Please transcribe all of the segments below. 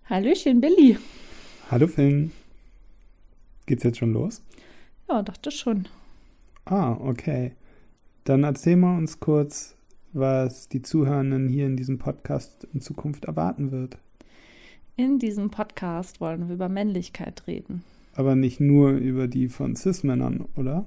Hallöchen, Billy. Hallo Finn. Geht's jetzt schon los? Ja, dachte schon. Okay. Dann erzähl mal uns kurz, was die Zuhörenden hier in diesem Podcast in Zukunft erwarten wird. In diesem Podcast wollen wir über Männlichkeit reden. Aber nicht nur über die von Cis-Männern, oder?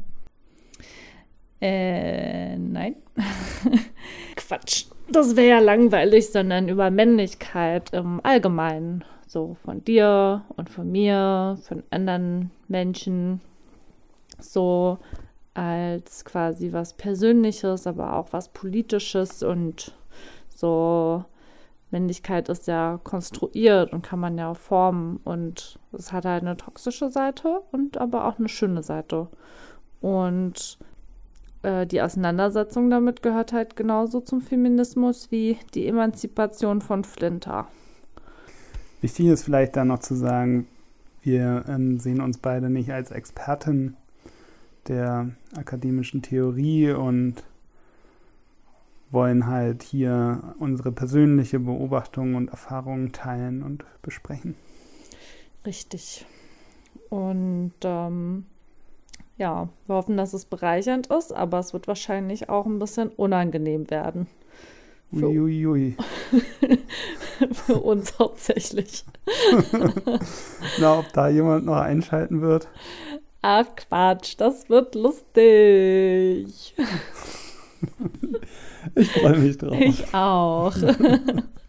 Nein. Quatsch. Das wäre ja langweilig, sondern über Männlichkeit im Allgemeinen. So von dir und von mir, von anderen Menschen. So als quasi was Persönliches, aber auch was Politisches. Und so Männlichkeit ist ja konstruiert und kann man ja formen. Und es hat halt eine toxische Seite und aber auch eine schöne Seite. Und die Auseinandersetzung damit gehört halt genauso zum Feminismus wie die Emanzipation von Flinter. Wichtig ist vielleicht da noch zu sagen, wir sehen uns beide nicht als Expertin der akademischen Theorie und wollen halt hier unsere persönliche Beobachtung und Erfahrungen teilen und besprechen. Richtig. Und ja, wir hoffen, dass es bereichernd ist, aber es wird wahrscheinlich auch ein bisschen unangenehm werden. Uiuiui. Für uns hauptsächlich. Na, ob da jemand noch einschalten wird? Ach Quatsch, das wird lustig. Ich freue mich drauf. Ich auch.